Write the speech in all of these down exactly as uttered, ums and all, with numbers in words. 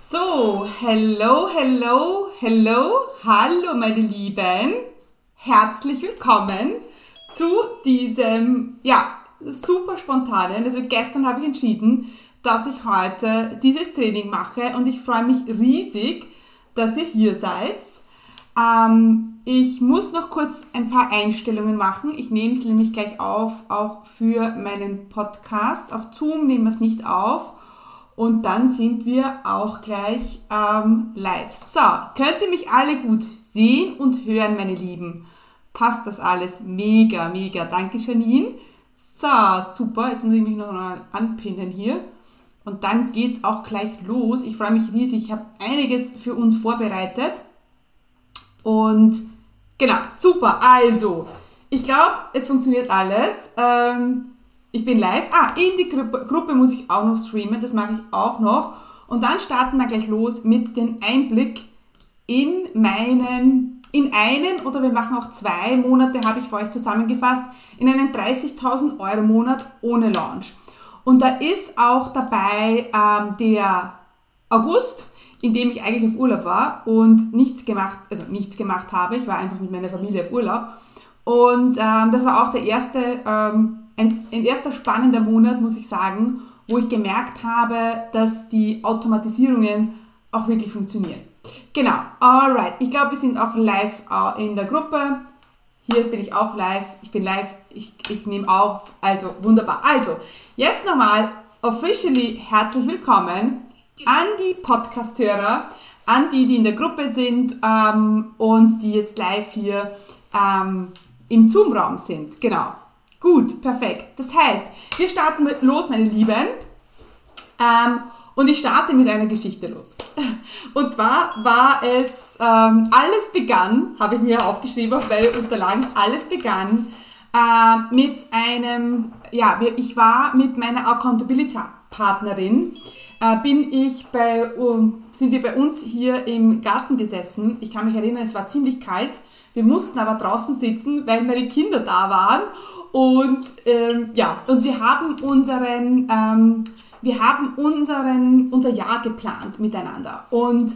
So, hello, hello, hello, hallo meine Lieben, herzlich willkommen zu diesem, ja, super spontanen, also gestern habe ich entschieden, dass ich heute dieses Training mache und ich freue mich riesig, dass ihr hier seid. Ähm, ich muss noch kurz ein paar Einstellungen machen, ich nehme es nämlich gleich auf, auch für meinen Podcast, auf Zoom nehmen wir es nicht auf. Und dann sind wir auch gleich ähm, live. So, könnt ihr mich alle gut sehen und hören, meine Lieben? Passt das alles? Mega, mega. Danke, Janine. So, super. Jetzt muss ich mich noch mal anpinnen hier. Und dann geht's auch gleich los. Ich freue mich riesig. Ich habe einiges für uns vorbereitet. Und genau, super. Also, ich glaube, es funktioniert alles. Ähm, Ich bin live. Ah, in die Gruppe, Gruppe muss ich auch noch streamen, das mache ich auch noch. Und dann starten wir gleich los mit dem Einblick in meinen, in einen oder wir machen auch zwei Monate, habe ich für euch zusammengefasst, in einen dreißigtausend Euro Monat ohne Launch. Und da ist auch dabei ähm, der August, in dem ich eigentlich auf Urlaub war und nichts gemacht, also nichts gemacht habe. Ich war einfach mit meiner Familie auf Urlaub. Und ähm, das war auch der erste ähm, Ein, ein erster spannender Monat, muss ich sagen, wo ich gemerkt habe, dass die Automatisierungen auch wirklich funktionieren. Genau, alright. Ich glaube, wir sind auch live in der Gruppe. Hier bin ich auch live. Ich bin live. Ich, ich nehme auf. Also, wunderbar. Also, jetzt nochmal officially herzlich willkommen an die Podcast-Hörer, an die, die in der Gruppe sind ähm, und die jetzt live hier ähm, im Zoom-Raum sind. Genau. Gut, perfekt. Das heißt, wir starten los, meine Lieben. Ähm, und ich starte mit einer Geschichte los. Und zwar war es, ähm, alles begann, habe ich mir aufgeschrieben auf meine Unterlagen, alles begann äh, mit einem, ja, ich war mit meiner Accountability-Partnerin, äh, bin ich bei, um, sind wir bei uns hier im Garten gesessen. Ich kann mich erinnern, es war ziemlich kalt. Wir mussten aber draußen sitzen, weil meine Kinder da waren. Und ähm, ja, und wir haben unseren, ähm, wir haben unseren, unser Jahr geplant miteinander. Und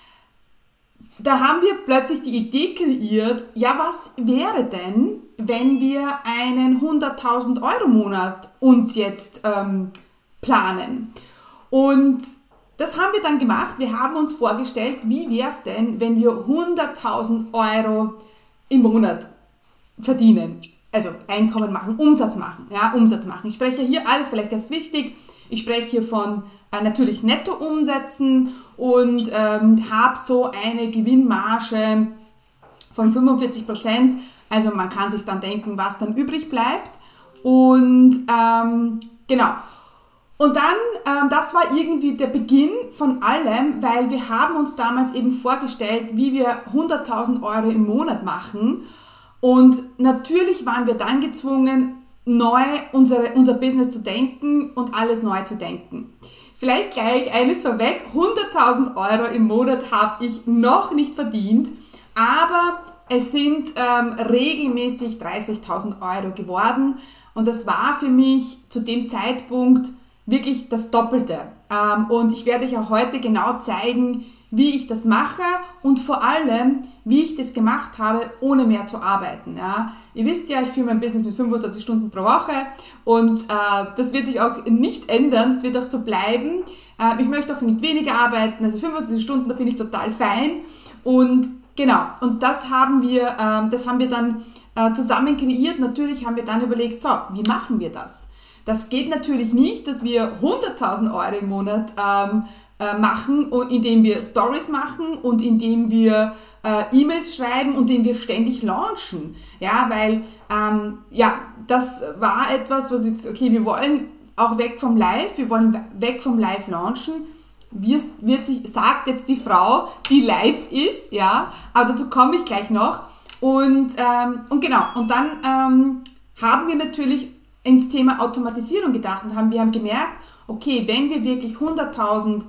da haben wir plötzlich die Idee kreiert, ja, was wäre denn, wenn wir einen hunderttausend Euro Monat uns jetzt ähm, planen? Und das haben wir dann gemacht. Wir haben uns vorgestellt, wie wäre es denn, wenn wir hunderttausend Euro im Monat verdienen. Also Einkommen machen, Umsatz machen, ja, Umsatz machen. Ich spreche hier alles, vielleicht ganz wichtig, ich spreche hier von äh, natürlich Nettoumsätzen und ähm, habe so eine Gewinnmarge von fünfundvierzig Prozent. Also man kann sich dann denken, was dann übrig bleibt. Und ähm, genau. Und dann, ähm, das war irgendwie der Beginn von allem, weil wir haben uns damals eben vorgestellt, wie wir hunderttausend Euro im Monat machen. Und natürlich waren wir dann gezwungen, neu unsere, unser Business zu denken und alles neu zu denken. Vielleicht gleich eines vorweg, hunderttausend Euro im Monat habe ich noch nicht verdient, aber es sind ähm, regelmäßig dreißigtausend Euro geworden und das war für mich zu dem Zeitpunkt wirklich das Doppelte. Ähm, und ich werde euch auch heute genau zeigen, wie ich das mache und vor allem, wie ich das gemacht habe, ohne mehr zu arbeiten. Ja. Ihr wisst ja, ich führe mein Business mit fünfundzwanzig Stunden pro Woche und äh, das wird sich auch nicht ändern, das wird auch so bleiben. Äh, ich möchte auch nicht weniger arbeiten, also fünfundzwanzig Stunden, da bin ich total fein. Und genau, und das haben wir, äh, das haben wir dann äh, zusammen kreiert. Natürlich haben wir dann überlegt, so, wie machen wir das? Das geht natürlich nicht, dass wir hunderttausend Euro im Monat ähm, machen, indem wir Stories machen und indem wir äh, E-Mails schreiben und indem wir ständig launchen. Ja, weil ähm, ja, das war etwas, was jetzt, okay, wir wollen auch weg vom Live, wir wollen weg vom Live launchen. Wird, wird sich, sagt jetzt die Frau, die live ist, ja, aber dazu komme ich gleich noch. Und, ähm, und genau, und dann ähm, haben wir natürlich ins Thema Automatisierung gedacht und haben, wir haben gemerkt, okay, wenn wir wirklich hunderttausend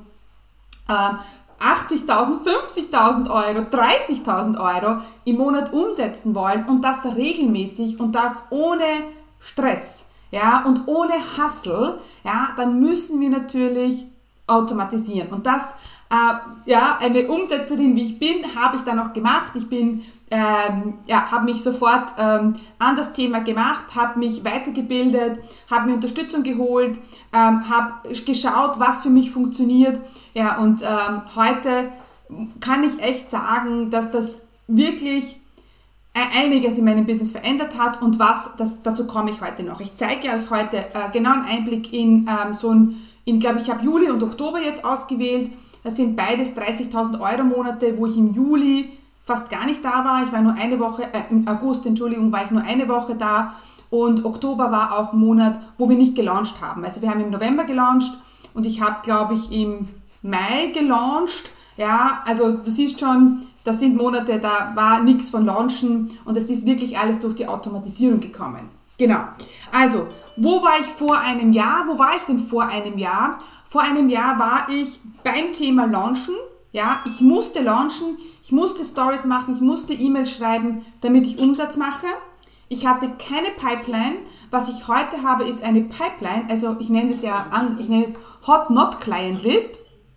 achtzigtausend, fünfzigtausend Euro, dreißigtausend Euro im Monat umsetzen wollen und das regelmäßig und das ohne Stress, ja, und ohne Hustle, ja, dann müssen wir natürlich automatisieren. Und das Äh, ja, eine Umsetzerin, wie ich bin, habe ich dann auch gemacht. Ich bin, ähm, ja, habe mich sofort ähm, an das Thema gemacht, habe mich weitergebildet, habe mir Unterstützung geholt, ähm, habe geschaut, was für mich funktioniert. Ja, und ähm, heute kann ich echt sagen, dass das wirklich einiges in meinem Business verändert hat und was, das, dazu komme ich heute noch. Ich zeige euch heute äh, genau einen Einblick in ähm, so ein, in, glaube ich, habe Juli und Oktober jetzt ausgewählt. Das sind beides dreißigtausend Euro Monate, wo ich im Juli fast gar nicht da war. Ich war nur eine Woche, äh, im August, Entschuldigung, war ich nur eine Woche da und Oktober war auch ein Monat, wo wir nicht gelauncht haben. Also wir haben im November gelauncht und ich habe, glaube ich, im Mai gelauncht. Ja, also du siehst schon, das sind Monate, da war nichts von Launchen und es ist wirklich alles durch die Automatisierung gekommen. Genau. Also, wo war ich vor einem Jahr? Wo war ich denn vor einem Jahr? Vor einem Jahr war ich beim Thema Launchen. Ja, ich musste launchen, ich musste Stories machen, ich musste E-Mails schreiben, damit ich Umsatz mache. Ich hatte keine Pipeline. Was ich heute habe, ist eine Pipeline. Also, ich nenne es ja an, ich nenne es Hot Not Client List.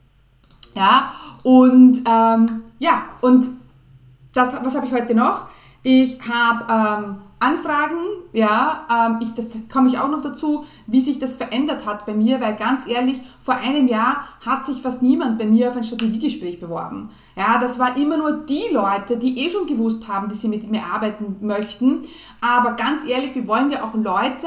Ja, und ähm, ja, und das, was habe ich heute noch? Ich habe ähm, Anfragen, ja, ähm, ich, das komme ich auch noch dazu, wie sich das verändert hat bei mir, weil ganz ehrlich, vor einem Jahr hat sich fast niemand bei mir auf ein Strategiegespräch beworben. Ja, das war immer nur die Leute, die eh schon gewusst haben, dass sie mit mir arbeiten möchten, aber ganz ehrlich, wir wollen ja auch Leute,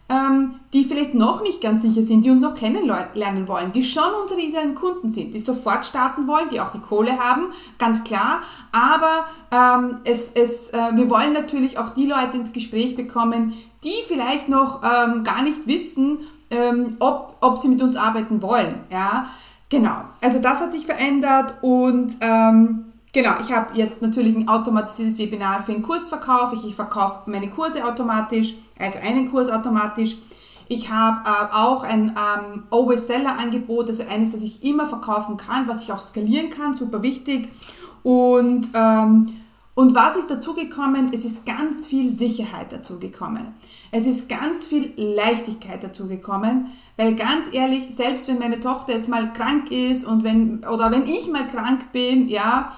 die vielleicht noch nicht ganz sicher sind, die uns noch kennenlernen wollen, die schon unsere idealen Kunden sind, die sofort starten wollen, die auch die Kohle haben, ganz klar, aber ähm, es, es, äh, wir wollen natürlich auch die Leute ins Gespräch bekommen, die vielleicht noch ähm, gar nicht wissen, ähm, ob, ob sie mit uns arbeiten wollen. Ja? Genau, also das hat sich verändert und ähm, genau, ich habe jetzt natürlich ein automatisiertes Webinar für den Kursverkauf. Ich, ich verkaufe meine Kurse automatisch, also einen Kurs automatisch. Ich habe äh, auch ein ähm, Always-Seller-Angebot, also eines, das ich immer verkaufen kann, was ich auch skalieren kann, super wichtig. Und, ähm, und was ist dazugekommen? Es ist ganz viel Sicherheit dazugekommen. Es ist ganz viel Leichtigkeit dazugekommen, weil ganz ehrlich, selbst wenn meine Tochter jetzt mal krank ist und wenn, oder wenn ich mal krank bin, ja,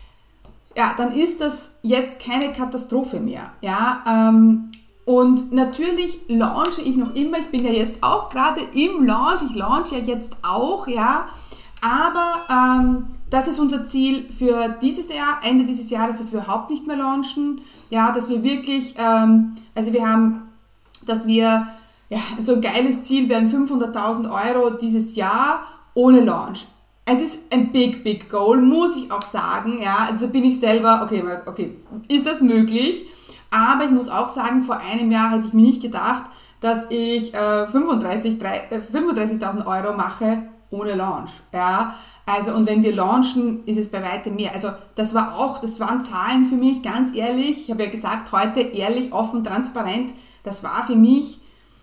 ja, dann ist das jetzt keine Katastrophe mehr. Ja, ähm, und natürlich launche ich noch immer, ich bin ja jetzt auch gerade im Launch, ich launche ja jetzt auch, ja, aber ähm, das ist unser Ziel für dieses Jahr, Ende dieses Jahres, dass wir überhaupt nicht mehr launchen, ja, dass wir wirklich, ähm, also wir haben, dass wir, ja, so ein geiles Ziel wären fünfhunderttausend Euro dieses Jahr ohne Launch. Es ist ein big, big goal, muss ich auch sagen, ja, also bin ich selber, okay, okay, ist das möglich? Aber ich muss auch sagen, vor einem Jahr hätte ich mir nicht gedacht, dass ich äh, fünfunddreißigtausend Euro mache ohne Launch, ja. Also, und wenn wir launchen, ist es bei weitem mehr. Also, das war auch, das waren Zahlen für mich, ganz ehrlich, ich habe ja gesagt, heute ehrlich, offen, transparent, das war für mich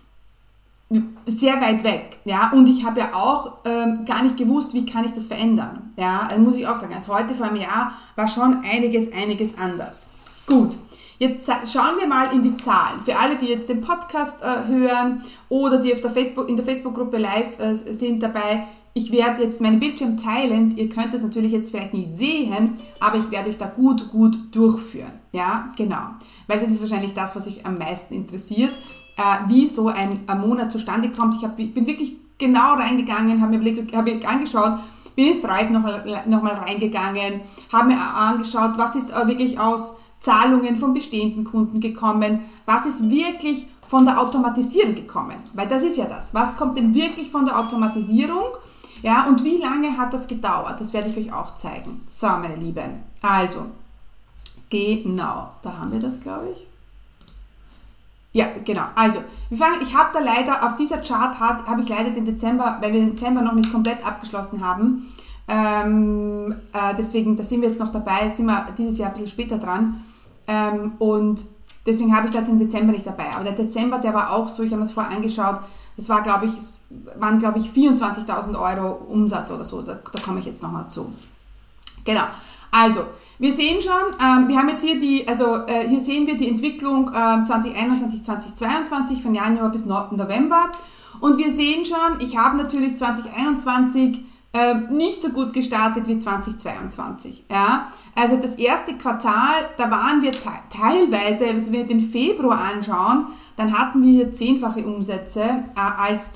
sehr weit weg, ja, und ich habe ja auch ähm, gar nicht gewusst, wie kann ich das verändern, ja, also muss ich auch sagen, also heute vor einem Jahr war schon einiges, einiges anders. Gut, jetzt schauen wir mal in die Zahlen, für alle, die jetzt den Podcast äh, hören oder die auf der Facebook, in der Facebook-Gruppe live äh, sind dabei, ich werde jetzt meinen Bildschirm teilen, ihr könnt das natürlich jetzt vielleicht nicht sehen, aber ich werde euch da gut, gut durchführen, ja, genau, weil das ist wahrscheinlich das, was euch am meisten interessiert, äh, wie so ein, ein Monat zustande kommt. Ich, hab, ich bin wirklich genau reingegangen, habe mir überlegt, habe mir angeschaut, bin in Thrive nochmal noch mal reingegangen, habe mir angeschaut, was ist wirklich aus Zahlungen von bestehenden Kunden gekommen, was ist wirklich von der Automatisierung gekommen, weil das ist ja das, was kommt denn wirklich von der Automatisierung, ja, und wie lange hat das gedauert, das werde ich euch auch zeigen. So, meine Lieben, also, genau, da haben wir das, glaube ich. Ja, genau. Also, wir fangen, ich habe da leider, auf dieser Chart habe ich leider den Dezember, weil wir den Dezember noch nicht komplett abgeschlossen haben, ähm, äh, deswegen, da sind wir jetzt noch dabei, sind wir dieses Jahr ein bisschen später dran, ähm, und deswegen habe ich da jetzt den Dezember nicht dabei. Aber der Dezember, der war auch so, ich habe mir das vorher angeschaut, das war, glaube ich, waren, glaube ich, vierundzwanzigtausend Euro Umsatz oder so, da, da komme ich jetzt nochmal zu. Genau. Also, wir sehen schon, ähm, wir haben jetzt hier die, also äh, hier sehen wir die Entwicklung äh, zwanzig einundzwanzig, zwanzig zweiundzwanzig von Januar bis November und wir sehen schon, ich habe natürlich zwanzig einundzwanzig äh, nicht so gut gestartet wie zweitausendzweiundzwanzig. Ja? Also das erste Quartal, da waren wir te- teilweise, wenn wir den Februar anschauen, dann hatten wir hier zehnfache Umsätze äh, als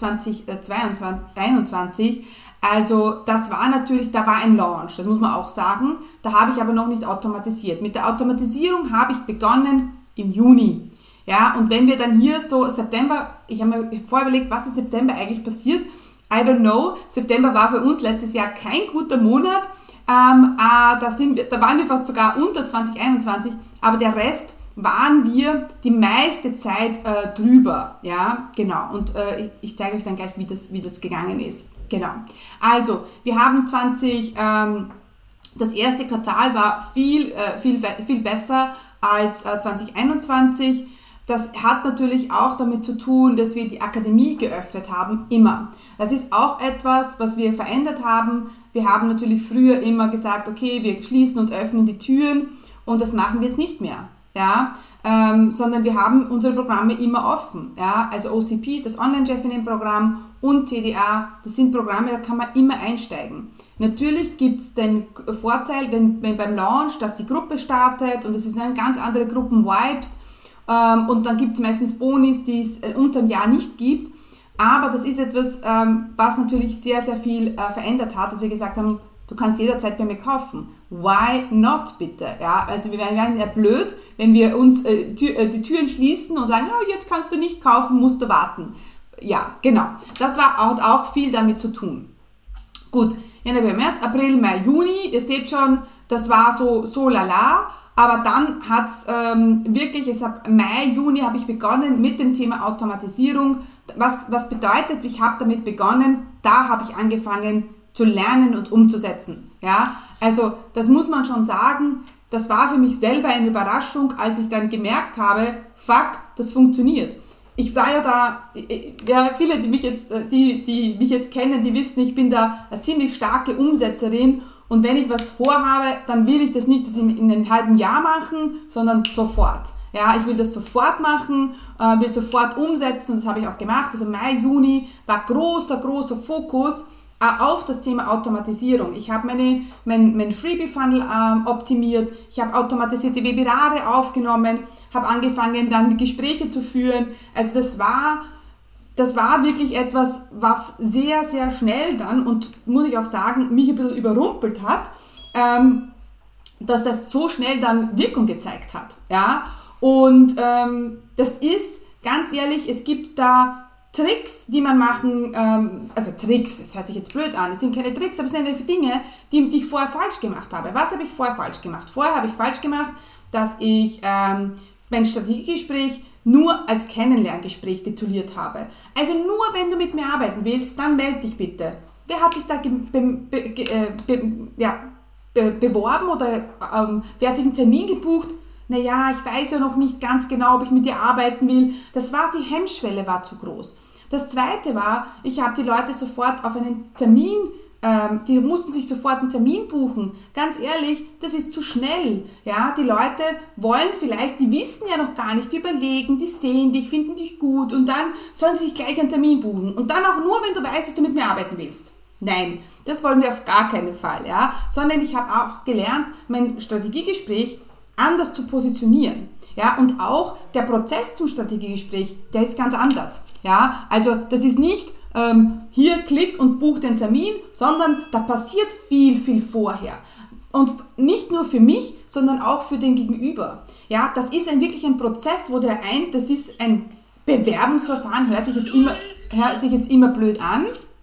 zweitausendeinundzwanzig. Also das war natürlich, da war ein Launch, das muss man auch sagen. Da habe ich aber noch nicht automatisiert. Mit der Automatisierung habe ich begonnen im Juni. Ja, und wenn wir dann hier so September, ich habe mir vorher überlegt, was im September eigentlich passiert. I don't know. September war für uns letztes Jahr kein guter Monat. Ähm, äh, da, sind wir, da waren wir fast sogar unter zwanzig einundzwanzig, aber der Rest waren wir die meiste Zeit äh, drüber. Ja, genau. Und äh, ich, ich zeige euch dann gleich, wie das, wie das gegangen ist. Genau. Also, wir haben zwanzig, ähm, das erste Quartal war viel, äh, viel, viel besser als äh, zwanzig einundzwanzig. Das hat natürlich auch damit zu tun, dass wir die Akademie geöffnet haben, immer. Das ist auch etwas, was wir verändert haben. Wir haben natürlich früher immer gesagt, okay, wir schließen und öffnen die Türen und das machen wir jetzt nicht mehr. Ja, ähm, sondern wir haben unsere Programme immer offen. Ja, also O C P, das Online-Chefinnen-Programm und T D A, das sind Programme, da kann man immer einsteigen. Natürlich gibt es den Vorteil, wenn, wenn beim Launch, dass die Gruppe startet und es ist eine ganz andere Gruppen-Vibes ähm, und dann gibt es meistens Bonis, die es äh, unter dem Jahr nicht gibt. Aber das ist etwas, ähm, was natürlich sehr, sehr viel äh, verändert hat, dass wir gesagt haben, du kannst jederzeit bei mir kaufen. Why not, bitte? Ja, also wir wären ja blöd, wenn wir uns äh, Tür, äh, die Türen schließen und sagen, oh, jetzt kannst du nicht kaufen, musst du warten. Ja, genau. Das war, hat auch viel damit zu tun. Gut, Januar, März, April, Mai, Juni. Ihr seht schon, das war so, so lala. Aber dann hat es ähm, wirklich, es hab, Mai, Juni habe ich begonnen mit dem Thema Automatisierung. Was, was bedeutet, ich habe damit begonnen, da habe ich angefangen zu lernen und umzusetzen. Ja, also das muss man schon sagen, das war für mich selber eine Überraschung, als ich dann gemerkt habe, fuck, das funktioniert. Ich war ja da, ja, viele, die mich jetzt, die, die mich jetzt kennen, die wissen, ich bin da eine ziemlich starke Umsetzerin und wenn ich was vorhabe, dann will ich das nicht das in, in einem halben Jahr machen, sondern sofort. Ja, ich will das sofort machen, äh, will sofort umsetzen und das habe ich auch gemacht. Also Mai, Juni war großer, großer Fokus äh, auf das Thema Automatisierung. Ich habe meine, mein, mein Freebie-Funnel ähm, optimiert, ich habe automatisierte Webinare aufgenommen, habe angefangen dann die Gespräche zu führen. Also das war, das war wirklich etwas, was sehr, sehr schnell dann und muss ich auch sagen, mich ein bisschen überrumpelt hat, ähm, dass das so schnell dann Wirkung gezeigt hat. Ja? Und ähm, das ist, ganz ehrlich, es gibt da Tricks, die man machen, ähm, also Tricks, das hört sich jetzt blöd an, es sind keine Tricks, aber es sind einfach Dinge, die, die ich vorher falsch gemacht habe. Was habe ich vorher falsch gemacht? Vorher habe ich falsch gemacht, dass ich ähm, mein Strategiegespräch nur als Kennenlerngespräch tituliert habe. Also nur wenn du mit mir arbeiten willst, dann melde dich bitte. Wer hat sich da be, be, be, be, ja, be, beworben oder ähm, wer hat sich einen Termin gebucht? Naja, ich weiß ja noch nicht ganz genau, ob ich mit dir arbeiten will. Das war, die Hemmschwelle war zu groß. Das zweite war, ich habe die Leute sofort auf einen Termin, ähm, die mussten sich sofort einen Termin buchen. Ganz ehrlich, das ist zu schnell. Ja, die Leute wollen vielleicht, die wissen ja noch gar nicht, die überlegen, die sehen dich, finden dich gut und dann sollen sie sich gleich einen Termin buchen. Und dann auch nur, wenn du weißt, dass du mit mir arbeiten willst. Nein, das wollen wir auf gar keinen Fall. Ja? Sondern ich habe auch gelernt, mein Strategiegespräch anders zu positionieren. Ja, und auch der Prozess zum Strategiegespräch, der ist ganz anders. Ja, also das ist nicht ähm, hier klick und buch den Termin, sondern da passiert viel, viel vorher. Und nicht nur für mich, sondern auch für den Gegenüber. Ja, das ist ein, wirklich ein Prozess, wo der ein, das ist ein Bewerbungsverfahren, hört sich jetzt immer, hört sich jetzt immer blöd an,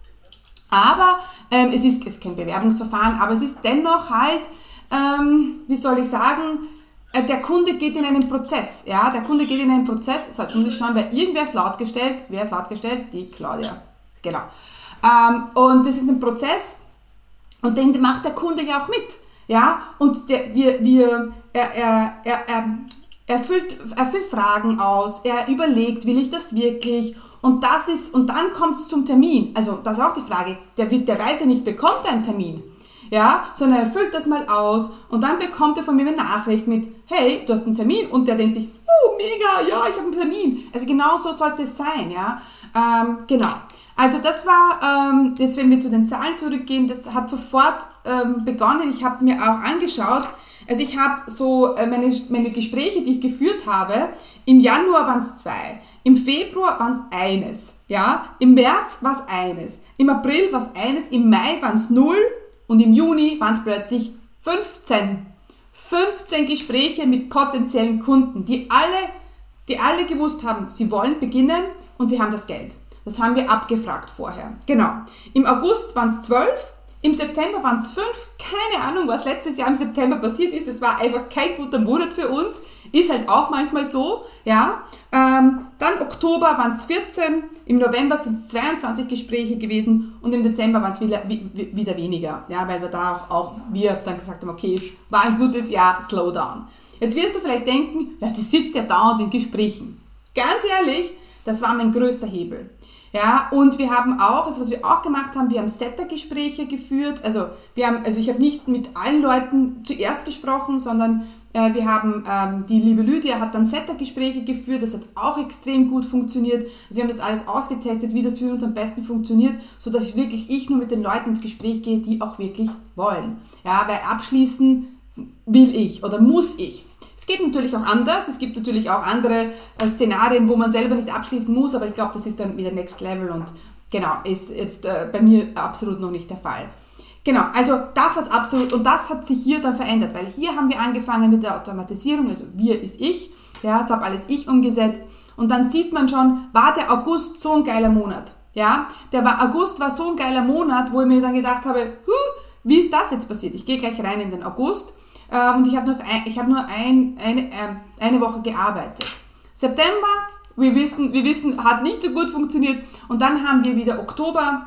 aber ähm, es, ist, es ist kein Bewerbungsverfahren, aber es ist dennoch halt, ähm, wie soll ich sagen, der Kunde geht in einen Prozess, ja, der Kunde geht in einen Prozess, so, jetzt muss ich schauen, weil irgendwer ist laut gestellt, wer ist laut gestellt? Die Claudia, genau. Ähm, und das ist ein Prozess und den macht der Kunde ja auch mit, ja, und der, wir, wir, er, er, er, er, er, füllt, er füllt Fragen aus, er überlegt, will ich das wirklich? Und das ist, und dann kommt es zum Termin, also das ist auch die Frage, der, wird, der weiß ja nicht, bekommt er einen Termin? Ja, sondern er füllt das mal aus und dann bekommt er von mir eine Nachricht mit, hey, du hast einen Termin und der denkt sich, oh, mega, ja, ich habe einen Termin. Also genau so sollte es sein, ja, ähm, genau. Also das war, ähm, jetzt wenn wir zu den Zahlen zurückgehen, das hat sofort ähm, begonnen. Ich habe mir auch angeschaut, also ich habe so äh, meine, meine Gespräche, die ich geführt habe, im Januar waren es zwei, im Februar waren es eines, ja, im März war es eines, im April war es eines, im Mai waren es null und im Juni waren es plötzlich fünfzehn. fünfzehn Gespräche mit potenziellen Kunden, die alle, die alle gewusst haben, sie wollen beginnen und sie haben das Geld. Das haben wir abgefragt vorher. Genau. Im August waren es zwölf, im September waren es fünf. Keine Ahnung, was letztes Jahr im September passiert ist. Es war einfach kein guter Monat für uns. Ist halt auch manchmal so. Ja. Ähm, dann Oktober waren es vierzehn, im November sind es zweiundzwanzig Gespräche gewesen und im Dezember waren es wieder, wieder weniger. Ja, weil wir da auch, auch wir dann gesagt haben, okay, war ein gutes Jahr, slow down. Jetzt wirst du vielleicht denken, ja, die sitzt ja dauernd in Gesprächen. Ganz ehrlich, das war mein größter Hebel. Ja, und wir haben auch, also was wir auch gemacht haben, wir haben Setter-Gespräche geführt. Also wir haben, also ich habe nicht mit allen Leuten zuerst gesprochen, sondern äh, wir haben, ähm, die liebe Lydia hat dann Setter-Gespräche geführt. Das hat auch extrem gut funktioniert. Also wir haben das alles ausgetestet, wie das für uns am besten funktioniert, sodass ich wirklich ich nur mit den Leuten ins Gespräch gehe, die auch wirklich wollen. Ja, weil abschließen will ich oder muss ich. Es geht natürlich auch anders, es gibt natürlich auch andere äh, Szenarien, wo man selber nicht abschließen muss, aber ich glaube, das ist dann wieder Next Level und genau, ist jetzt äh, bei mir absolut noch nicht der Fall. Genau, also das hat absolut, und das hat sich hier dann verändert, weil hier haben wir angefangen mit der Automatisierung, also wir ist ich, ja, das habe alles ich umgesetzt und dann sieht man schon, war der August so ein geiler Monat, ja, der war, August war so ein geiler Monat, wo ich mir dann gedacht habe, huh, wie ist das jetzt passiert? Ich gehe gleich rein in den August. Und ich habe noch, ein, ich hab nur ein, eine, eine Woche gearbeitet. September, wir wissen, wir wissen, hat nicht so gut funktioniert. Und dann haben wir wieder Oktober,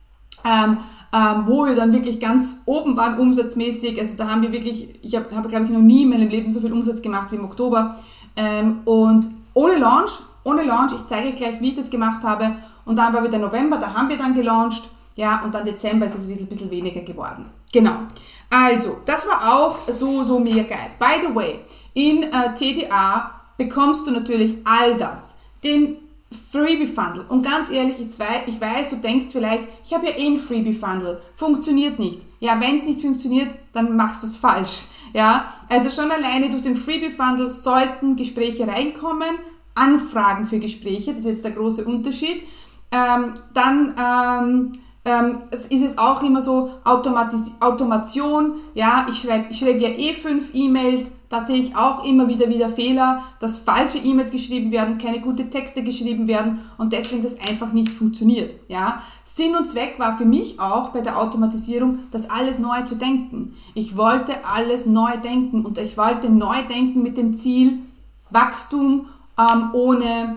ähm, ähm, wo wir dann wirklich ganz oben waren, umsatzmäßig. Also da haben wir wirklich, ich habe, hab, glaube ich, noch nie in meinem Leben so viel Umsatz gemacht wie im Oktober. Ähm, und ohne Launch, ohne Launch, ich zeige euch gleich, wie ich das gemacht habe. Und dann war wieder November, da haben wir dann gelauncht. Ja, und dann Dezember ist es wieder ein bisschen weniger geworden. Genau. Also, das war auch so, so mega geil. By the way, in äh, T D A bekommst du natürlich all das. Den Freebie-Fundle. Und ganz ehrlich, ich weiß, ich weiß, du denkst vielleicht, ich habe ja eh einen Freebie-Fundle. Funktioniert nicht. Ja, wenn es nicht funktioniert, dann machst du es falsch. Ja, also schon alleine durch den Freebie-Fundle sollten Gespräche reinkommen, Anfragen für Gespräche, das ist jetzt der große Unterschied. Ähm, dann ähm, ähm, es ist es auch immer so Automatis- Automation, ja, ich schreibe ich schreib ja eh fünf E-Mails, da sehe ich auch immer wieder wieder Fehler, dass falsche E-Mails geschrieben werden, keine gute Texte geschrieben werden und deswegen das einfach nicht funktioniert. Ja. Sinn und Zweck war für mich auch bei der Automatisierung, das alles neu zu denken. Ich wollte alles neu denken und ich wollte neu denken mit dem Ziel Wachstum ähm, ohne,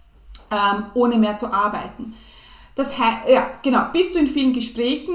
ähm, ohne mehr zu arbeiten. Das heißt, ja, genau, bist du in vielen Gesprächen?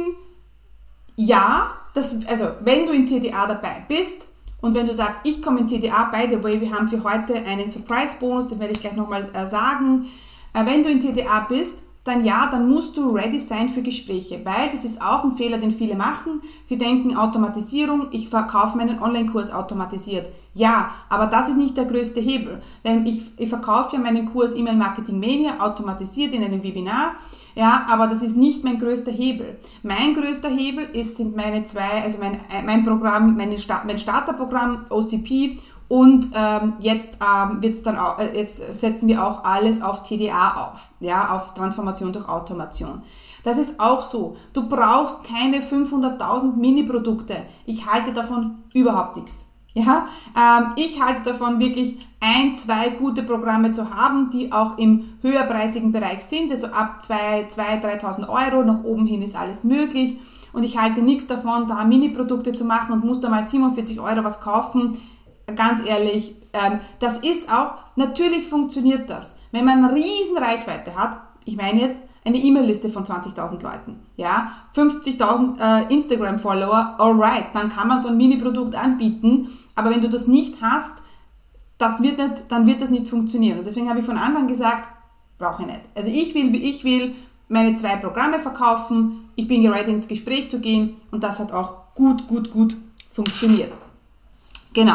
Ja, das, also wenn du in T D A dabei bist und wenn du sagst, ich komme in T D A, by the way, wir haben für heute einen Surprise-Bonus, den werde ich gleich nochmal äh, sagen. Äh, wenn du in T D A bist, dann ja, dann musst du ready sein für Gespräche, weil das ist auch ein Fehler, den viele machen. Sie denken Automatisierung, ich verkaufe meinen Online-Kurs automatisiert. Ja, aber das ist nicht der größte Hebel, weil ich, ich verkaufe ja meinen Kurs E-Mail Marketing Mania automatisiert in einem Webinar. Ja, aber das ist nicht mein größter Hebel. Mein größter Hebel ist, sind meine zwei, also mein, mein Programm, meine Start, mein Starterprogramm O C P und ähm, jetzt ähm, wird's dann auch, äh, jetzt setzen wir auch alles auf T D A auf, ja, auf Transformation durch Automation. Das ist auch so. Du brauchst keine fünfhunderttausend Mini-Produkte. Ich halte davon überhaupt nichts. Ja, ähm, ich halte davon wirklich ein, zwei gute Programme zu haben, die auch im höherpreisigen Bereich sind, also ab zweitausend, dreitausend Euro, nach oben hin ist alles möglich und ich halte nichts davon, da Mini-Produkte zu machen und muss da mal siebenundvierzig Euro was kaufen. Ganz ehrlich, ähm, das ist auch, natürlich funktioniert das, wenn man eine riesen Reichweite hat, ich meine jetzt, eine E-Mail-Liste von zwanzigtausend Leuten, ja, fünfzigtausend äh, Instagram-Follower, alright, dann kann man so ein Mini-Produkt anbieten, aber wenn du das nicht hast, das wird nicht, dann wird das nicht funktionieren. Und deswegen habe ich von Anfang gesagt, brauche ich nicht. Also ich will, ich will meine zwei Programme verkaufen, ich bin bereit ins Gespräch zu gehen und das hat auch gut, gut, gut funktioniert. Genau.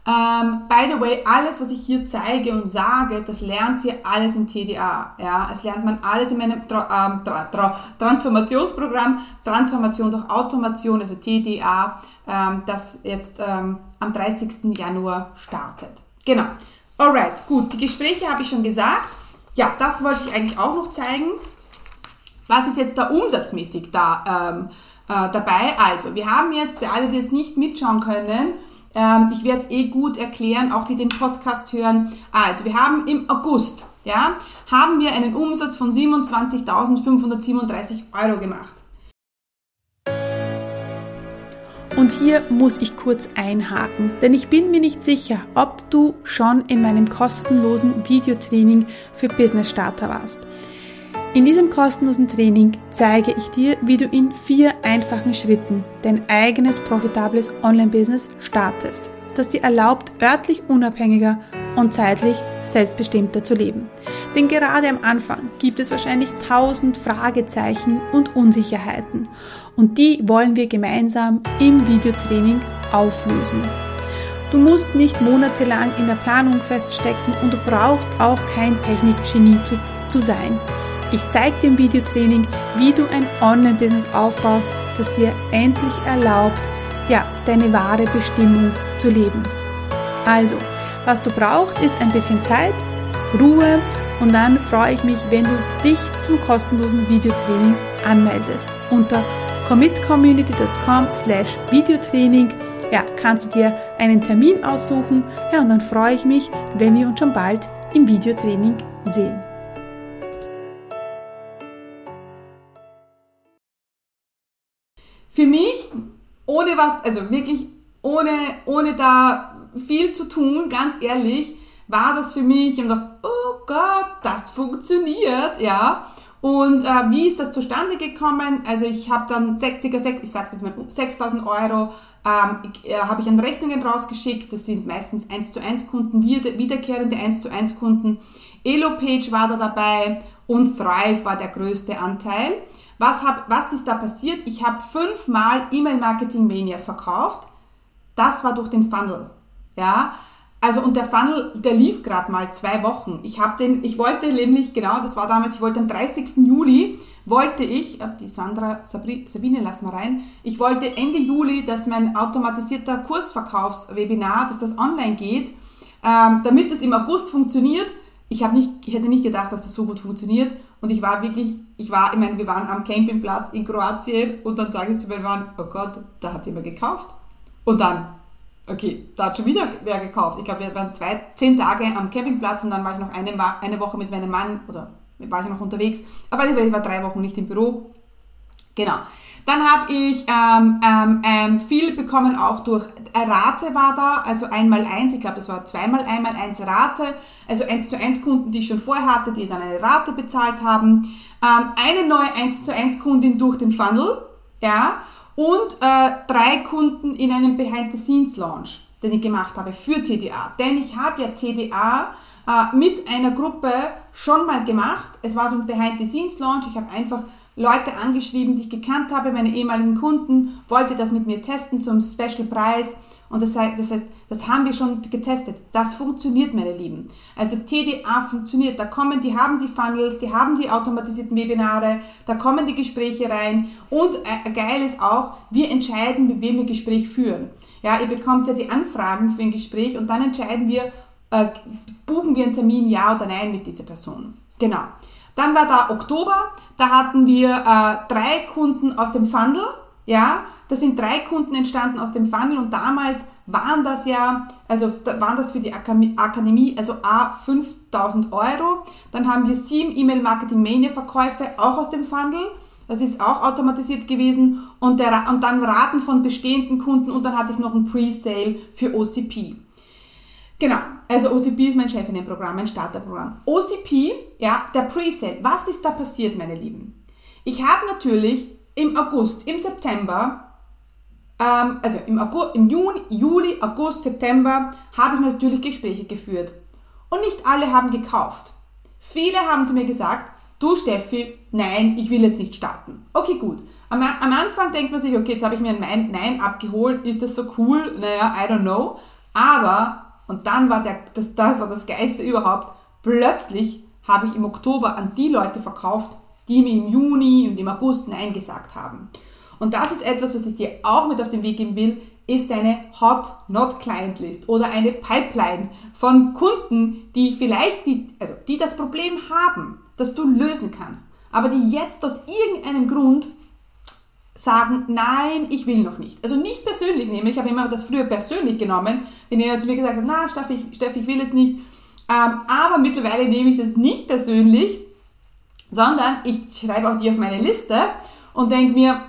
Ähm, by the way, alles, was ich hier zeige und sage, das lernt ihr alles in T D A. Ja? Es lernt man alles in meinem Tra- ähm, Tra- Tra- Transformationsprogramm, Transformation durch Automation, also T D A, ähm, das jetzt ähm, am dreißigsten Januar startet. Genau. Alright, gut, die Gespräche habe ich schon gesagt. Ja, das wollte ich eigentlich auch noch zeigen. Was ist jetzt da umsatzmäßig da ähm, äh, dabei? Also, wir haben jetzt, für alle, die jetzt nicht mitschauen können, ähm, ich werde es eh gut erklären, auch die den Podcast hören. Also, wir haben im August, ja, haben wir einen Umsatz von siebenundzwanzigtausendfünfhundertsiebenunddreißig Euro gemacht. Und hier muss ich kurz einhaken, denn ich bin mir nicht sicher, ob du schon in meinem kostenlosen Videotraining für Business Starter warst. In diesem kostenlosen Training zeige ich dir, wie du in vier einfachen Schritten dein eigenes profitables Online-Business startest, das dir erlaubt, örtlich unabhängiger und zeitlich selbstbestimmter zu leben. Denn gerade am Anfang gibt es wahrscheinlich tausend Fragezeichen und Unsicherheiten und die wollen wir gemeinsam im Videotraining auflösen. Du musst nicht monatelang in der Planung feststecken und du brauchst auch kein Technikgenie zu, zu sein. Ich zeige dir im Videotraining, wie du ein Online-Business aufbaust, das dir endlich erlaubt, ja, deine wahre Bestimmung zu leben. Also, was du brauchst, ist ein bisschen Zeit, Ruhe und dann freue ich mich, wenn du dich zum kostenlosen Videotraining anmeldest. Unter commitcommunity.com slash Videotraining ja, kannst du dir einen Termin aussuchen ja, und dann freue ich mich, wenn wir uns schon bald im Videotraining sehen. Für mich, ohne was, also wirklich ohne, ohne da viel zu tun, ganz ehrlich, war das für mich und dachte, oh Gott, das funktioniert, ja. Und äh, wie ist das zustande gekommen? Also ich habe dann circa sechs, ich sag's jetzt mal, sechstausend Euro ähm, äh, habe ich an Rechnungen rausgeschickt. Das sind meistens eins zu eins Kunden, wiederkehrende eins zu eins Kunden. Elopage war da dabei und Thrive war der größte Anteil. Was, hab, was ist da passiert? Ich habe fünfmal E-Mail-Marketing-Mania verkauft. Das war durch den Funnel. Ja, also und der Funnel, der lief gerade mal zwei Wochen. Ich habe den, ich wollte nämlich, genau, das war damals, ich wollte am dreißigsten Juli, wollte ich, die Sandra, Sabine, lass mal rein, ich wollte Ende Juli, dass mein automatisierter Kursverkaufswebinar, dass das online geht, ähm, damit es im August funktioniert. Ich habe nicht, ich hätte nicht gedacht, dass das so gut funktioniert. Und ich war wirklich, ich war, ich meine, wir waren am Campingplatz in Kroatien und dann sage ich zu meinem Mann, oh Gott, da hat jemand gekauft. Und dann, okay, da hat schon wieder wer gekauft. Ich glaube, wir waren zwei, zehn Tage am Campingplatz und dann war ich noch eine, eine Woche mit meinem Mann oder war ich noch unterwegs. Aber ich war drei Wochen nicht im Büro. Genau. Dann habe ich ähm, ähm, ähm, viel bekommen, auch durch Rate war da, also einmal eins, ich glaube das war zweimal einmal eins Rate, also eins zu eins Kunden, die ich schon vorher hatte, die dann eine Rate bezahlt haben, ähm, eine neue eins zu eins Kundin durch den Funnel, ja, und äh, drei Kunden in einem Behind-the-Scenes-Launch, den ich gemacht habe für T D A, denn ich habe ja T D A äh, mit einer Gruppe schon mal gemacht, es war so ein Behind-the-Scenes-Launch, ich habe einfach Leute angeschrieben, die ich gekannt habe, meine ehemaligen Kunden, wollte das mit mir testen zum Special-Preis und das heißt, das heißt, das haben wir schon getestet. Das funktioniert, meine Lieben. Also T D A funktioniert. Da kommen, die haben die Funnels, die haben die automatisierten Webinare, da kommen die Gespräche rein und äh, geil ist auch, wir entscheiden, mit wem wir Gespräch führen. Ja, ihr bekommt ja die Anfragen für ein Gespräch und dann entscheiden wir, äh, buchen wir einen Termin, ja oder nein mit dieser Person. Genau. Dann war da Oktober, da hatten wir äh, drei Kunden aus dem Funnel, ja, da sind drei Kunden entstanden aus dem Funnel und damals waren das ja, also da waren das für die Akademie, also A fünftausend Euro, dann haben wir sieben E-Mail-Marketing-Mania-Verkäufe auch aus dem Funnel, das ist auch automatisiert gewesen und, der, und dann Raten von bestehenden Kunden und dann hatte ich noch ein Pre-Sale für O C P. Genau, also O C P ist mein Chef in dem Programm, mein Starterprogramm. O C P, ja, der Presale. Was ist da passiert, meine Lieben? Ich habe natürlich im August, im September, ähm, also im, August, im Juni, Juli, August, September, habe ich natürlich Gespräche geführt. Und nicht alle haben gekauft. Viele haben zu mir gesagt, du Steffi, nein, ich will jetzt nicht starten. Okay, gut. Am, am Anfang denkt man sich, okay, jetzt habe ich mir ein Nein abgeholt, ist das so cool? Naja, I don't know. Aber, und dann war der, das, das war das Geilste überhaupt, plötzlich habe ich im Oktober an die Leute verkauft, die mir im Juni und im August Nein gesagt haben. Und das ist etwas, was ich dir auch mit auf den Weg geben will, ist eine Hot Not Client List oder eine Pipeline von Kunden, die vielleicht, die, also die das Problem haben, das du lösen kannst, aber die jetzt aus irgendeinem Grund sagen, nein, ich will noch nicht. Also nicht persönlich nehmen, ich habe immer das früher persönlich genommen, wenn jemand zu mir gesagt hat, na Steffi, ich, Steffi, ich will jetzt nicht, ähm, aber mittlerweile nehme ich das nicht persönlich, sondern ich schreibe auch die auf meine Liste und denke mir,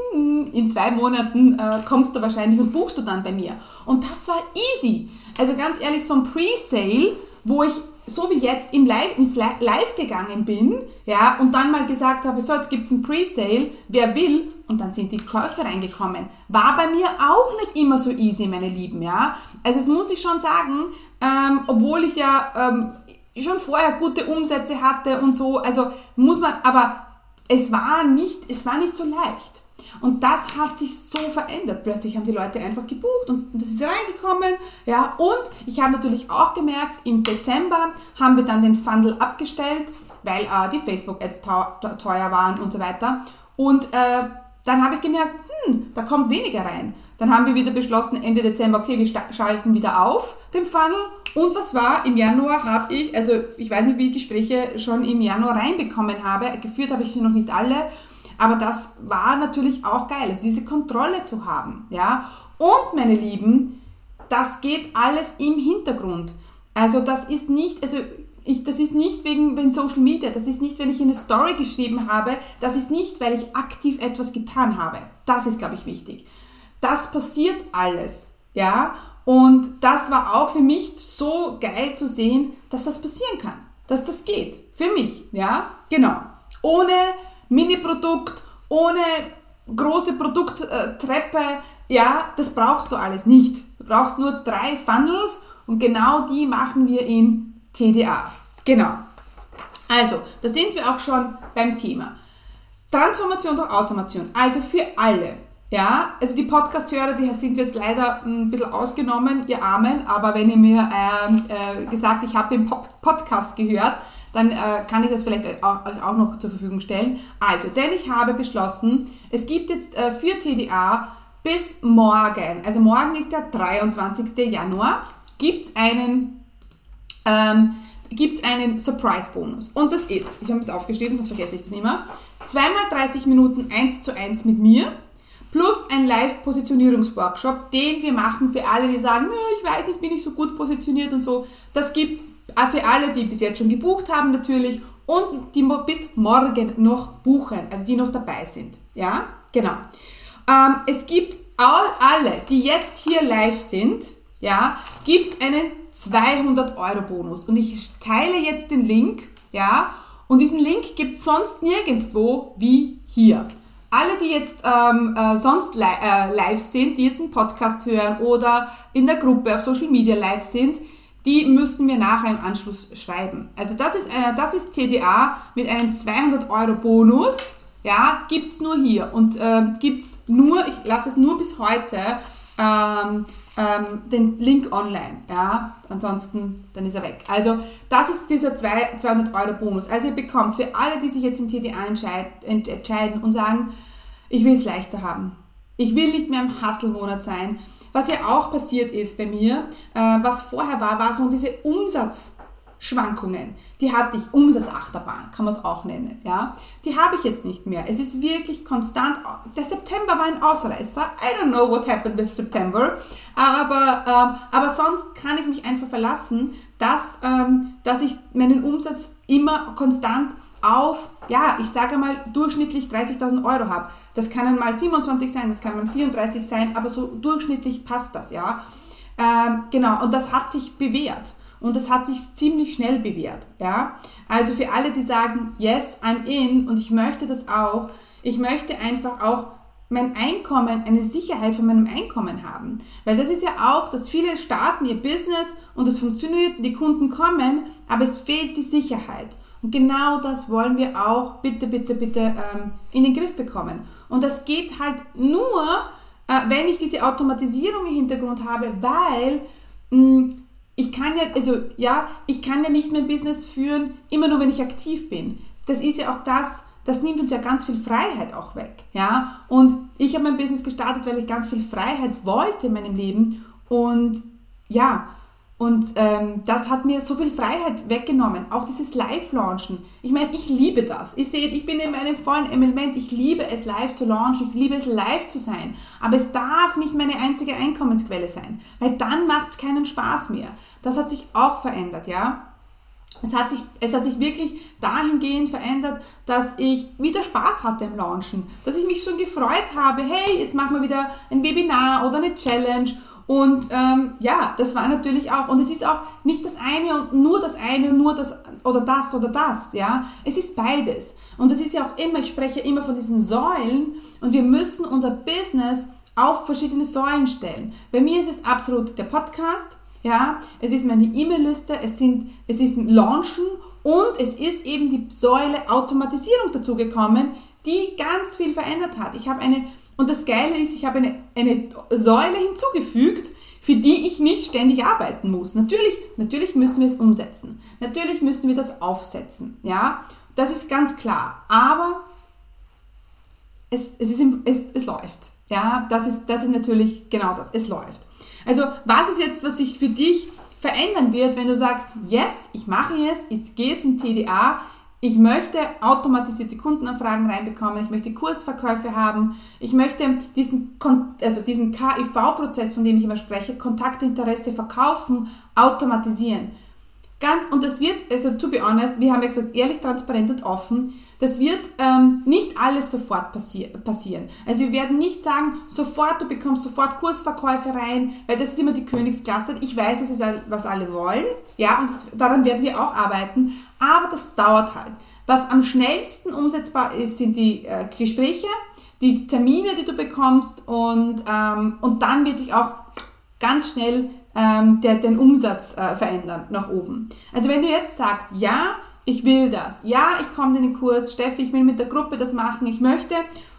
in zwei Monaten äh, kommst du wahrscheinlich und buchst du dann bei mir. Und das war easy. Also ganz ehrlich, so ein Pre-Sale, wo ich so wie jetzt im Live, ins Live gegangen bin, ja, und dann mal gesagt habe, so, jetzt gibt es ein Pre-Sale, wer will, und dann sind die Käufer reingekommen. War bei mir auch nicht immer so easy, meine Lieben, ja. Also das muss ich schon sagen, ähm, obwohl ich ja ähm, schon vorher gute Umsätze hatte und so, also muss man, aber es war nicht, es war nicht so leicht. Und das hat sich so verändert. Plötzlich haben die Leute einfach gebucht und das ist reingekommen. Ja, und ich habe natürlich auch gemerkt, im Dezember haben wir dann den Funnel abgestellt, weil äh, die Facebook-Ads teuer waren und so weiter. Und äh, dann habe ich gemerkt, hm, da kommt weniger rein. Dann haben wir wieder beschlossen, Ende Dezember, okay, wir schalten wieder auf den Funnel. Und was war? Im Januar habe ich, also ich weiß nicht, wie ich Gespräche schon im Januar reinbekommen habe. Geführt habe ich sie noch nicht alle. Aber das war natürlich auch geil, also diese Kontrolle zu haben, ja. Und meine Lieben, das geht alles im Hintergrund. Also das ist nicht, also ich, das ist nicht wegen, wegen Social Media, das ist nicht, wenn ich eine Story geschrieben habe, das ist nicht, weil ich aktiv etwas getan habe. Das ist, glaube ich, wichtig. Das passiert alles, ja. Und das war auch für mich so geil zu sehen, dass das passieren kann, dass das geht, für mich, ja, genau. Ohne Mini-Produkt, ohne große Produkttreppe, ja, das brauchst du alles nicht. Du brauchst nur drei Funnels und genau die machen wir in T D A. Genau. Also, da sind wir auch schon beim Thema. Transformation durch Automation, also für alle. Ja, also die Podcast-Hörer, die sind jetzt leider ein bisschen ausgenommen, ihr Armen, aber wenn ihr mir äh, äh, gesagt, ich habe den Podcast gehört, dann äh, kann ich das vielleicht auch, auch noch zur Verfügung stellen. Also, denn ich habe beschlossen, es gibt jetzt äh, für T D A bis morgen, also morgen ist der dreiundzwanzigster Januar, gibt es einen, ähm, gibt's einen Surprise-Bonus. Und das ist, ich habe es aufgeschrieben, sonst vergesse ich das immer, zweimal dreißig Minuten eins zu eins mit mir, plus ein Live-Positionierungsworkshop, den wir machen für alle, die sagen, ich weiß nicht, bin ich so gut positioniert und so. Das gibt es für alle, die bis jetzt schon gebucht haben natürlich und die bis morgen noch buchen, also die noch dabei sind. Ja, genau. Ähm, es gibt alle, die jetzt hier live sind, ja, gibt es einen zweihundert Euro Bonus. Und ich teile jetzt den Link, ja, und diesen Link gibt es sonst nirgendwo wie hier. Alle, die jetzt ähm, äh, sonst li- äh, live sind, die jetzt einen Podcast hören oder in der Gruppe auf Social Media live sind, die müssten mir nachher im Anschluss schreiben. Also das ist, äh, das ist T D A mit einem zweihundert Euro Bonus, ja, gibt's nur hier und ähm, gibt's nur, ich lasse es nur bis heute, ähm, ähm, den Link online, ja, ansonsten, dann ist er weg. Also das ist dieser zweihundert Euro Bonus. Also ihr bekommt für alle, die sich jetzt in T D A entscheid, entscheiden und sagen, ich will es leichter haben, ich will nicht mehr im Hustle-Monat sein. Was ja auch passiert ist bei mir, äh, was vorher war, war so diese Umsatzschwankungen. Die hatte ich, Umsatzachterbahn, kann man es auch nennen. Ja? Die habe ich jetzt nicht mehr. Es ist wirklich konstant. Der September war ein Ausreißer. I don't know what happened with September. Aber, ähm, aber sonst kann ich mich einfach verlassen, dass, ähm, dass ich meinen Umsatz immer konstant auf, ja, ich sage mal, durchschnittlich dreißigtausend Euro habe. Das kann mal siebenundzwanzig sein, das kann mal vierunddreißig sein, aber so durchschnittlich passt das, ja. Ähm, genau, und das hat sich bewährt. Und das hat sich ziemlich schnell bewährt, ja. Also für alle, die sagen, yes, I'm in und ich möchte das auch, ich möchte einfach auch mein Einkommen, eine Sicherheit von meinem Einkommen haben. Weil das ist ja auch, dass viele starten ihr Business und es funktioniert, die Kunden kommen, aber es fehlt die Sicherheit. Und genau das wollen wir auch bitte, bitte, bitte ähm, in den Griff bekommen. Und das geht halt nur, äh, wenn ich diese Automatisierung im Hintergrund habe, weil ich kann ja, also ja, ich kann ja nicht mein Business führen, immer nur, wenn ich aktiv bin. Das ist ja auch das, das nimmt uns ja ganz viel Freiheit auch weg, ja. Und ich habe mein Business gestartet, weil ich ganz viel Freiheit wollte in meinem Leben und ja, und ähm, das hat mir so viel Freiheit weggenommen, auch dieses Live-Launchen. Ich meine, ich liebe das. Ich sehe, ich bin in meinem vollen Element, ich liebe es, live zu launchen, ich liebe es, live zu sein. Aber es darf nicht meine einzige Einkommensquelle sein, weil dann macht es keinen Spaß mehr. Das hat sich auch verändert, ja. Es hat sich, es hat sich wirklich dahingehend verändert, dass ich wieder Spaß hatte im Launchen, dass ich mich schon gefreut habe, hey, jetzt machen wir wieder ein Webinar oder eine Challenge. Und ähm, ja, das war natürlich auch, und es ist auch nicht das eine und nur das eine und nur das oder das oder das, ja. Es ist beides. Und das ist ja auch immer, ich spreche immer von diesen Säulen und wir müssen unser Business auf verschiedene Säulen stellen. Bei mir ist es absolut der Podcast, ja, es ist meine E-Mail-Liste, es sind, es ist Launchen und es ist eben die Säule Automatisierung dazu gekommen, die ganz viel verändert hat. Ich habe eine Und das Geile ist, ich habe eine, eine Säule hinzugefügt, für die ich nicht ständig arbeiten muss. Natürlich, natürlich müssen wir es umsetzen. Natürlich müssen wir das aufsetzen. Ja, das ist ganz klar. Aber es, es, ist, es, es läuft. Ja, das ist, das ist natürlich genau das. Es läuft. Also, was ist jetzt, was sich für dich verändern wird, wenn du sagst, yes, ich mache es, jetzt geht's in T D A, ich möchte automatisierte Kundenanfragen reinbekommen, ich möchte Kursverkäufe haben, ich möchte diesen, also diesen K I V-Prozess, von dem ich immer spreche, Kontaktinteresse verkaufen, automatisieren. Ganz, und das wird, also to be honest, wir haben ja gesagt, ehrlich, transparent und offen, das wird ähm, nicht alles sofort passier- passieren. Also wir werden nicht sagen, sofort, du bekommst sofort Kursverkäufe rein, weil das ist immer die Königsklasse. Ich weiß, das ist, was alle wollen, ja, und das, daran werden wir auch arbeiten, aber das dauert halt. Was am schnellsten umsetzbar ist, sind die äh, Gespräche, die Termine, die du bekommst und, ähm, und dann wird sich auch ganz schnell ähm, der, den Umsatz äh, verändern nach oben. Also wenn du jetzt sagst, ja, ich will das, ja, ich komme in den Kurs, Steffi, ich will mit der Gruppe das machen, ich möchte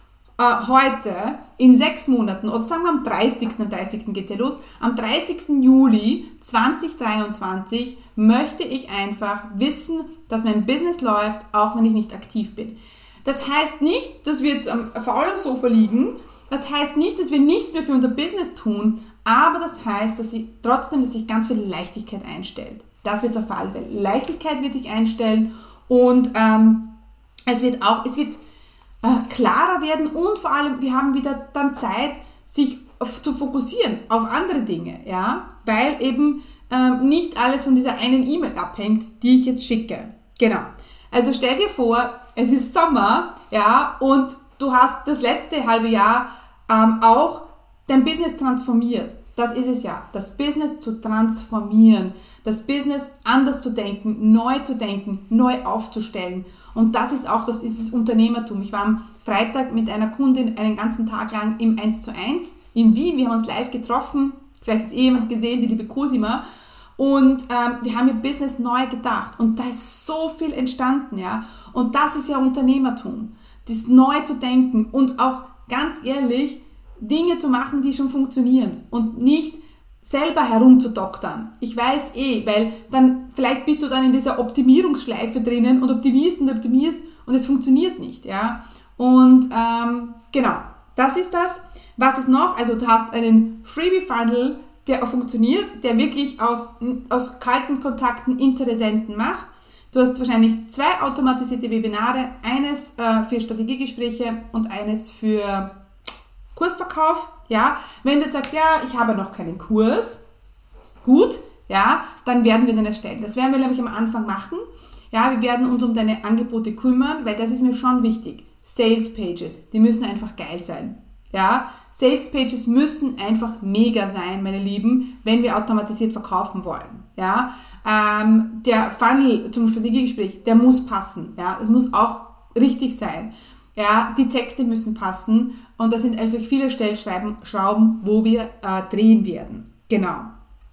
äh, heute in sechs Monaten, oder sagen wir am dreißigsten, am dreißigsten geht es ja los, am dreißigsten Juli zweitausenddreiundzwanzig möchte ich einfach wissen, dass mein Business läuft, auch wenn ich nicht aktiv bin. Das heißt nicht, dass wir jetzt am faul am Sofa liegen, das heißt nicht, dass wir nichts mehr für unser Business tun, aber das heißt, dass sie trotzdem, dass sich ganz viel Leichtigkeit einstellt. Das wird es auf alle Fälle. Leichtigkeit wird sich einstellen und ähm, es wird auch, es wird äh, klarer werden und vor allem, wir haben wieder dann Zeit, sich auf, zu fokussieren auf andere Dinge, ja, weil eben ähm, nicht alles von dieser einen E-Mail abhängt, die ich jetzt schicke. Genau. Also stell dir vor, es ist Sommer, ja, und du hast das letzte halbe Jahr ähm, auch dein Business transformiert. Das ist es ja, das Business zu transformieren, das Business anders zu denken, neu zu denken, neu aufzustellen. Und das ist auch, das ist das Unternehmertum. Ich war am Freitag mit einer Kundin einen ganzen Tag lang im eins zu eins in Wien. Wir haben uns live getroffen, vielleicht hat es eh jemand gesehen, die liebe Cosima. Und ähm, wir haben ihr Business neu gedacht. Und da ist so viel entstanden, ja. Und das ist ja Unternehmertum, das neu zu denken und auch ganz ehrlich, Dinge zu machen, die schon funktionieren und nicht selber herumzudoktern. Ich weiß eh, weil dann vielleicht bist du dann in dieser Optimierungsschleife drinnen und optimierst und optimierst und es funktioniert nicht, ja. Und ähm, genau, das ist das. Was ist noch? Also du hast einen Freebie-Funnel, der auch funktioniert, der wirklich aus, aus kalten Kontakten Interessenten macht. Du hast wahrscheinlich zwei automatisierte Webinare, eines äh, für Strategiegespräche und eines für Kursverkauf, ja, wenn du jetzt sagst, ja, ich habe noch keinen Kurs, gut, ja, dann werden wir den erstellen. Das werden wir nämlich am Anfang machen, ja, wir werden uns um deine Angebote kümmern, weil das ist mir schon wichtig. Sales Pages, die müssen einfach geil sein, ja, Sales Pages müssen einfach mega sein, meine Lieben, wenn wir automatisiert verkaufen wollen, ja, ähm, der Funnel zum Strategiegespräch, der muss passen, ja, es muss auch richtig sein. Ja, die Texte müssen passen und da sind einfach viele Stellschrauben, wo wir äh, drehen werden. Genau.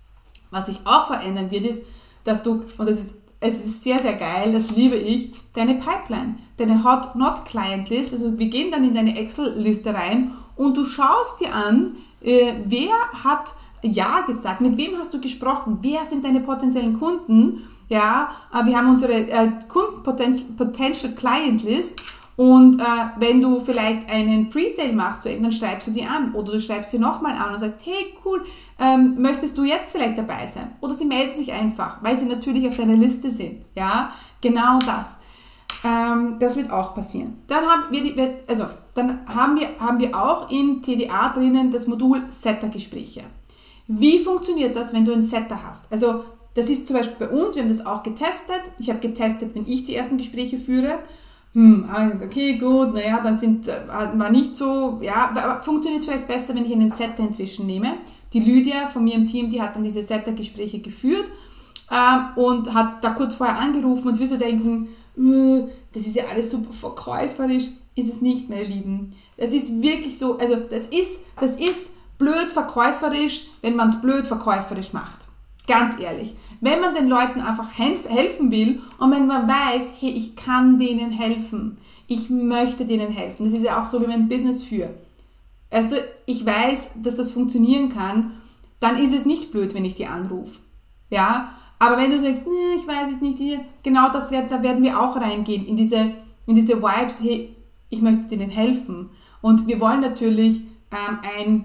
Was sich auch verändern wird, ist, dass du, und das ist, es ist sehr, sehr geil, das liebe ich, deine Pipeline, deine Hot-Not-Client-List, also wir gehen dann in deine Excel-Liste rein und du schaust dir an, äh, wer hat Ja gesagt? Mit wem hast du gesprochen? Wer sind deine potenziellen Kunden? Ja, wir haben unsere äh, Kunden-Potential Client List und äh, wenn du vielleicht einen Presale machst, so, dann schreibst du die an oder du schreibst sie nochmal an und sagst, hey cool, ähm, möchtest du jetzt vielleicht dabei sein? Oder sie melden sich einfach, weil sie natürlich auf deiner Liste sind. Ja, genau das. Ähm, das wird auch passieren. Dann haben wir, die, also, dann haben wir, haben wir auch in T D A drinnen das Modul Setter-Gespräche. Wie funktioniert das, wenn du einen Setter hast? Also das ist zum Beispiel bei uns, wir haben das auch getestet. Ich habe getestet, wenn ich die ersten Gespräche führe. Hm, okay, gut, naja, dann sind, war nicht so, ja, aber funktioniert vielleicht besser, wenn ich einen Setter inzwischen nehme. Die Lydia von mir im Team, die hat dann diese Setter-Gespräche geführt ähm, und hat da kurz vorher angerufen und sie wirst du denken, uh, das ist ja alles super verkäuferisch. Ist es nicht, meine Lieben. Das ist wirklich so, also das ist, das ist blöd verkäuferisch, wenn man es blöd verkäuferisch macht. Ganz ehrlich. Wenn man den Leuten einfach helfen will und wenn man weiß, hey, ich kann denen helfen, ich möchte denen helfen. Das ist ja auch so, wie man ein Business führt. Also ich weiß, dass das funktionieren kann, dann ist es nicht blöd, wenn ich die anrufe. Ja, aber wenn du sagst, nee, ich weiß es nicht, genau das werden, da werden wir auch reingehen in diese, in diese Vibes, hey, ich möchte denen helfen. Und wir wollen natürlich ähm, ein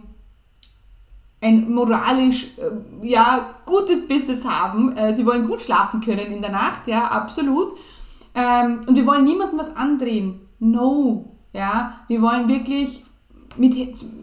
ein moralisch, äh, ja, gutes Business haben. Äh, sie wollen gut schlafen können in der Nacht, ja, absolut. Ähm, und wir wollen niemandem was andrehen. No, ja. Wir wollen wirklich mit,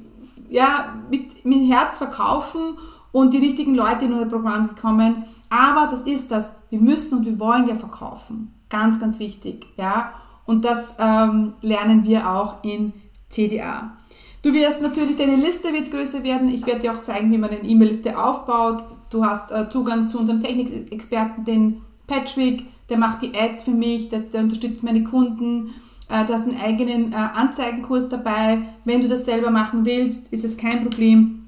ja, mit, mit Herz verkaufen und die richtigen Leute in unser Programm bekommen. Aber das ist das. Wir müssen und wir wollen ja verkaufen. Ganz, ganz wichtig, ja. Und das ähm, lernen wir auch in T D A. Du wirst natürlich, deine Liste wird größer werden. Ich werde dir auch zeigen, wie man eine E-Mail-Liste aufbaut. Du hast äh, Zugang zu unserem Technikexperten, den Patrick, der macht die Ads für mich, der, der unterstützt meine Kunden. Äh, du hast einen eigenen äh, Anzeigenkurs dabei. Wenn du das selber machen willst, ist es kein Problem.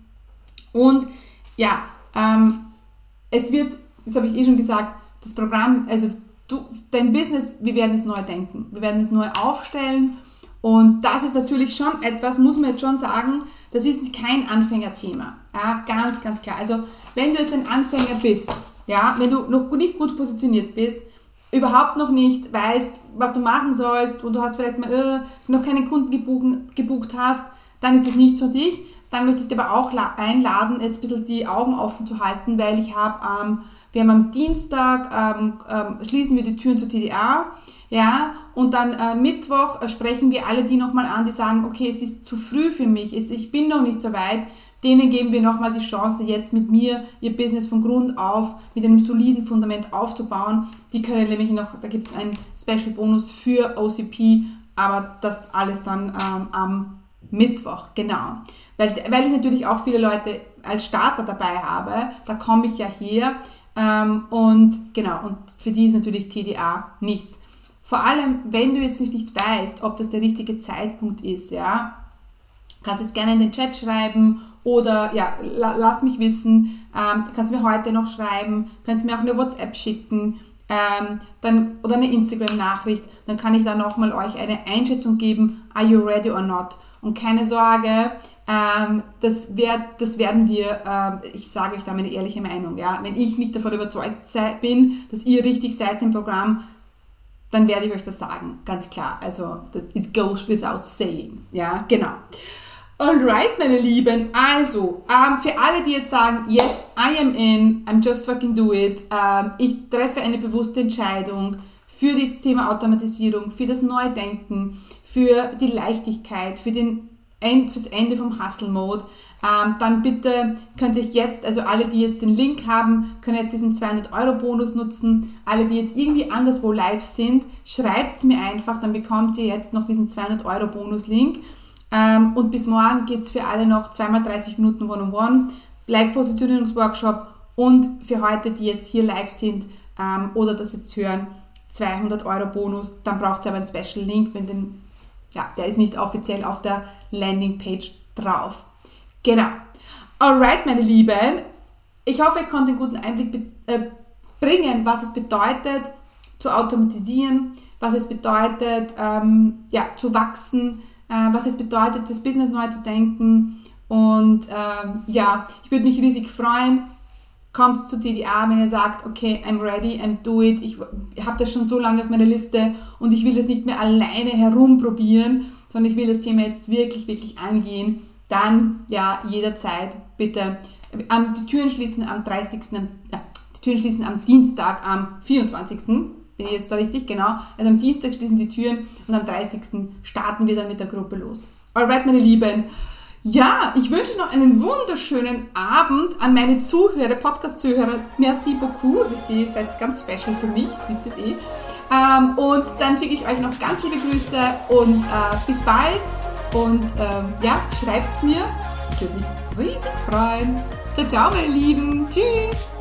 Und ja, ähm, es wird, das habe ich eh schon gesagt, das Programm, also du, dein Business, wir werden es neu denken. Wir werden es neu aufstellen. Und das ist natürlich schon etwas, muss man jetzt schon sagen, das ist kein Anfängerthema. Ja, ganz, ganz klar. Also, wenn du jetzt ein Anfänger bist, ja, wenn du noch nicht gut positioniert bist, überhaupt noch nicht weißt, was du machen sollst und du hast vielleicht mal äh, noch keinen Kunden gebucht, gebucht hast, dann ist es nicht für dich. Dann möchte ich dich aber auch einladen, jetzt ein bisschen die Augen offen zu halten, weil ich habe, ähm, wir haben am Dienstag, ähm, ähm, schließen wir die Türen zu T D A. Ja, und dann äh, Mittwoch äh, sprechen wir alle die nochmal an, die sagen, okay, es ist zu früh für mich, es, ich bin noch nicht so weit. Denen geben wir nochmal die Chance, jetzt mit mir ihr Business von Grund auf mit einem soliden Fundament aufzubauen. Die können nämlich noch, da gibt es einen Special Bonus für O C P, aber das alles dann ähm, am Mittwoch, genau. Weil, weil ich natürlich auch viele Leute als Starter dabei habe, da komme ich ja her ähm, und genau, und für die ist natürlich T D A nichts. Vor allem, wenn du jetzt nicht weißt, ob das der richtige Zeitpunkt ist, ja, kannst jetzt gerne in den Chat schreiben oder ja, la, lass mich wissen, ähm, kannst mir heute noch schreiben, kannst mir auch eine WhatsApp schicken ähm, dann, oder eine Instagram-Nachricht, dann kann ich da nochmal euch eine Einschätzung geben, are you ready or not? Und keine Sorge, ähm, das, werd, das werden wir, ähm, ich sage euch da meine ehrliche Meinung, ja, wenn ich nicht davon überzeugt sei, bin, dass ihr richtig seid im Programm, dann werde ich euch das sagen, ganz klar. Also, it goes without saying. Ja, genau. Alright, meine Lieben. Also, ähm, für alle, die jetzt sagen, yes, I am in, I'm just fucking do it. Ähm, ich treffe eine bewusste Entscheidung für das Thema Automatisierung, für das Neudenken, für die Leichtigkeit, für den End, fürs Ende vom Hustle-Mode. Ähm, dann bitte könnt ihr jetzt, also alle, die jetzt den Link haben, können jetzt diesen zweihundert Euro Bonus nutzen. Alle, die jetzt irgendwie anderswo live sind, schreibt es mir einfach, dann bekommt ihr jetzt noch diesen zweihundert Euro Bonus-Link. Ähm, und bis morgen geht es für alle noch zweimal dreißig Minuten One-on-One, Live-Positionierungsworkshop und für heute, die jetzt hier live sind ähm, oder das jetzt hören, zweihundert Euro Bonus. Dann braucht ihr aber einen Special-Link, wenn den, ja, der ist nicht offiziell auf der Landingpage drauf. Genau. Alright, meine Lieben. Ich hoffe, ich konnte einen guten Einblick be- äh, bringen, was es bedeutet, zu automatisieren, was es bedeutet, ähm, ja, zu wachsen, äh, was es bedeutet, das Business neu zu denken Und ähm, ja, ich würde mich riesig freuen. Kommt zu T D A, wenn ihr sagt, okay, I'm ready, I'm do it, ich habe das schon so lange auf meiner Liste und ich will das nicht mehr alleine herumprobieren, sondern ich will das Thema jetzt wirklich, wirklich angehen, dann ja, jederzeit bitte. Die Türen schließen am dreißigsten Ja, die Türen schließen am Dienstag, am vierundzwanzigsten Bin ich jetzt da richtig? Genau. Also am Dienstag schließen die Türen und am dreißigsten starten wir dann mit der Gruppe los. Alright, meine Lieben. Ja, ich wünsche noch einen wunderschönen Abend an meine Zuhörer, Podcast-Zuhörer. Merci beaucoup. Ihr seid ganz special für mich, das wisst ihr eh. Ähm, und dann schicke ich euch noch ganz liebe Grüße und äh, bis bald. Und ähm, ja, schreibt's mir. Ich würde mich riesig freuen. Ciao, ciao, meine Lieben. Tschüss.